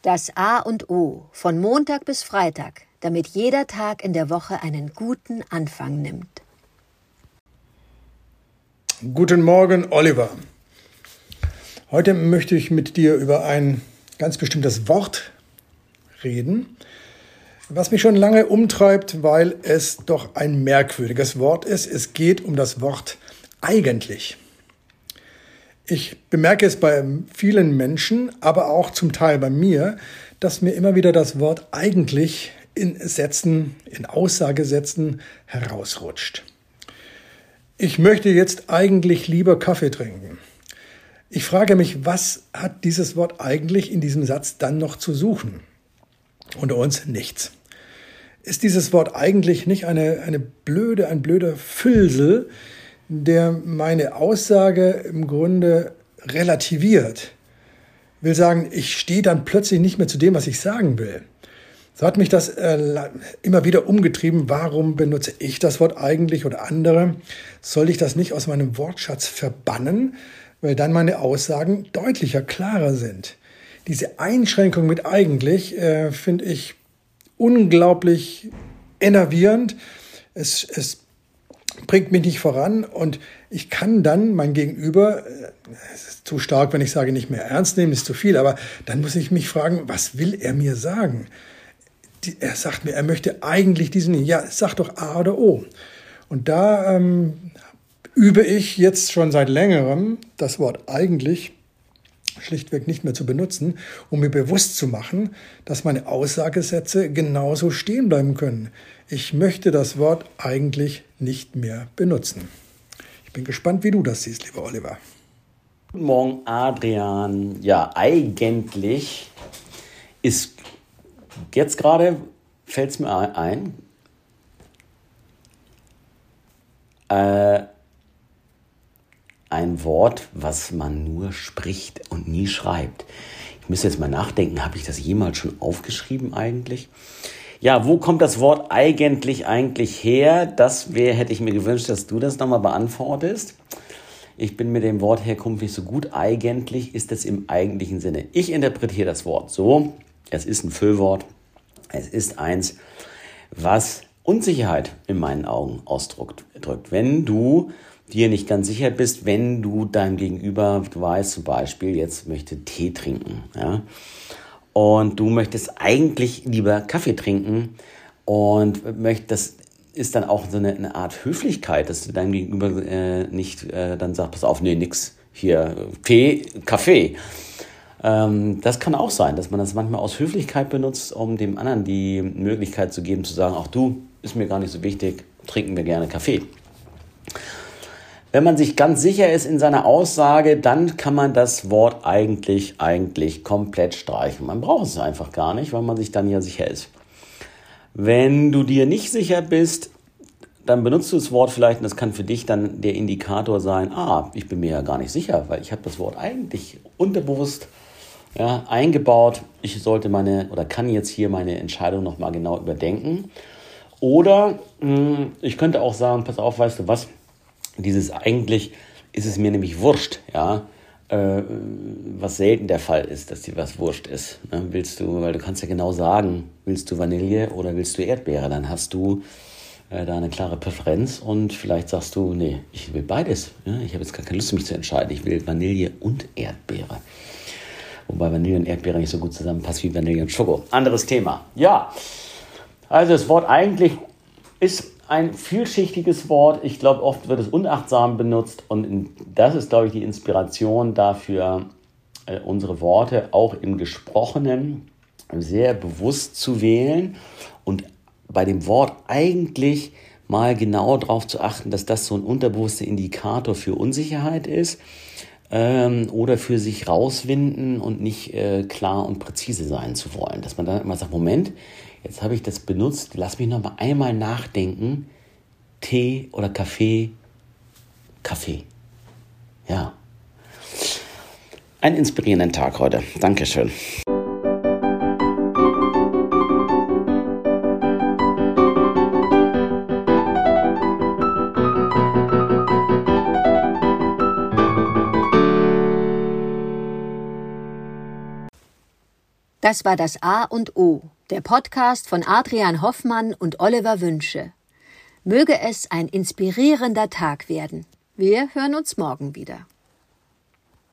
Das A und O von Montag bis Freitag, damit jeder Tag in der Woche einen guten Anfang nimmt. Guten Morgen, Oliver. Heute möchte ich mit dir über ein ganz bestimmtes Wort reden, was mich schon lange umtreibt, weil es doch ein merkwürdiges Wort ist. Es geht um das Wort eigentlich. Ich bemerke es bei vielen Menschen, aber auch zum Teil bei mir, dass mir immer wieder das Wort eigentlich in Sätzen, in Aussagesätzen herausrutscht. Ich möchte jetzt eigentlich lieber Kaffee trinken. Ich frage mich, was hat dieses Wort eigentlich in diesem Satz dann noch zu suchen? Unter uns nichts. Ist dieses Wort eigentlich nicht ein blöder Füllsel, der meine Aussage im Grunde relativiert? Will sagen, ich stehe dann plötzlich nicht mehr zu dem, was ich sagen will. So hat mich das immer wieder umgetrieben. Warum benutze ich das Wort eigentlich oder andere? Soll ich das nicht aus meinem Wortschatz verbannen, weil dann meine Aussagen deutlicher, klarer sind? Diese Einschränkung mit eigentlich finde ich unglaublich enervierend. Es bringt mich nicht voran und ich kann dann mein Gegenüber, es ist zu stark, wenn ich sage, nicht mehr ernst nehmen, ist zu viel, aber dann muss ich mich fragen, was will er mir sagen? Er sagt mir, er möchte eigentlich diesen, ja, sag doch A oder O. Und da übe ich jetzt schon seit längerem das Wort eigentlich schlichtweg nicht mehr zu benutzen, um mir bewusst zu machen, dass meine Aussagesätze genauso stehen bleiben können. Ich möchte das Wort eigentlich nicht mehr benutzen. Ich bin gespannt, wie du das siehst, lieber Oliver. Guten Morgen, Adrian. Ja, eigentlich ist jetzt gerade, fällt es mir ein, ein Wort, was man nur spricht und nie schreibt. Ich müsste jetzt mal nachdenken, habe ich das jemals schon aufgeschrieben eigentlich? Ja, wo kommt das Wort eigentlich her? Hätte ich mir gewünscht, dass du das nochmal beantwortest. Ich bin mit dem Wort Herkunft nicht so gut. Eigentlich ist es im eigentlichen Sinne. Ich interpretiere das Wort so, es ist ein Füllwort. Es ist eins, was Unsicherheit in meinen Augen ausdrückt. Wenn du dir nicht ganz sicher bist, wenn du deinem Gegenüber, du weißt zum Beispiel, jetzt möchte Tee trinken, ja, und du möchtest eigentlich lieber Kaffee trinken und das ist dann auch so eine Art Höflichkeit, dass du deinem Gegenüber nicht dann sagst, pass auf, nee, nix, hier Tee, Kaffee. Das kann auch sein, dass man das manchmal aus Höflichkeit benutzt, um dem anderen die Möglichkeit zu geben, zu sagen, ach du, ist mir gar nicht so wichtig, trinken wir gerne Kaffee. Wenn man sich ganz sicher ist in seiner Aussage, dann kann man das Wort eigentlich komplett streichen. Man braucht es einfach gar nicht, weil man sich dann ja sicher ist. Wenn du dir nicht sicher bist, dann benutzt du das Wort vielleicht und das kann für dich dann der Indikator sein, ich bin mir ja gar nicht sicher, weil ich habe das Wort eigentlich unterbewusst eingebaut. Ich sollte kann jetzt hier meine Entscheidung nochmal genau überdenken. Oder ich könnte auch sagen, pass auf, weißt du was, dieses eigentlich ist es mir nämlich wurscht, ja, was selten der Fall ist, dass dir was wurscht ist. Ne? Weil du kannst ja genau sagen, willst du Vanille oder willst du Erdbeere, dann hast du da eine klare Präferenz und vielleicht sagst du, nee, ich will beides. Ja? Ich habe jetzt gar keine Lust, mich zu entscheiden, ich will Vanille und Erdbeere. Wobei Vanille und Erdbeere nicht so gut zusammenpasst wie Vanille und Schoko. Anderes Thema. Ja, also das Wort eigentlich ist ein vielschichtiges Wort. Ich glaube, oft wird es unachtsam benutzt und das ist, glaube ich, die Inspiration dafür, unsere Worte auch im Gesprochenen sehr bewusst zu wählen und bei dem Wort eigentlich mal genau darauf zu achten, dass das so ein unterbewusster Indikator für Unsicherheit ist oder für sich rauswinden und nicht klar und präzise sein zu wollen. Dass man dann immer sagt, Moment, jetzt habe ich das benutzt, lass mich noch mal einmal nachdenken. Tee oder Kaffee? Kaffee. Ja. Einen inspirierenden Tag heute. Dankeschön. Das war das A und O, der Podcast von Adrian Hoffmann und Oliver Wünsche. Möge es ein inspirierender Tag werden. Wir hören uns morgen wieder.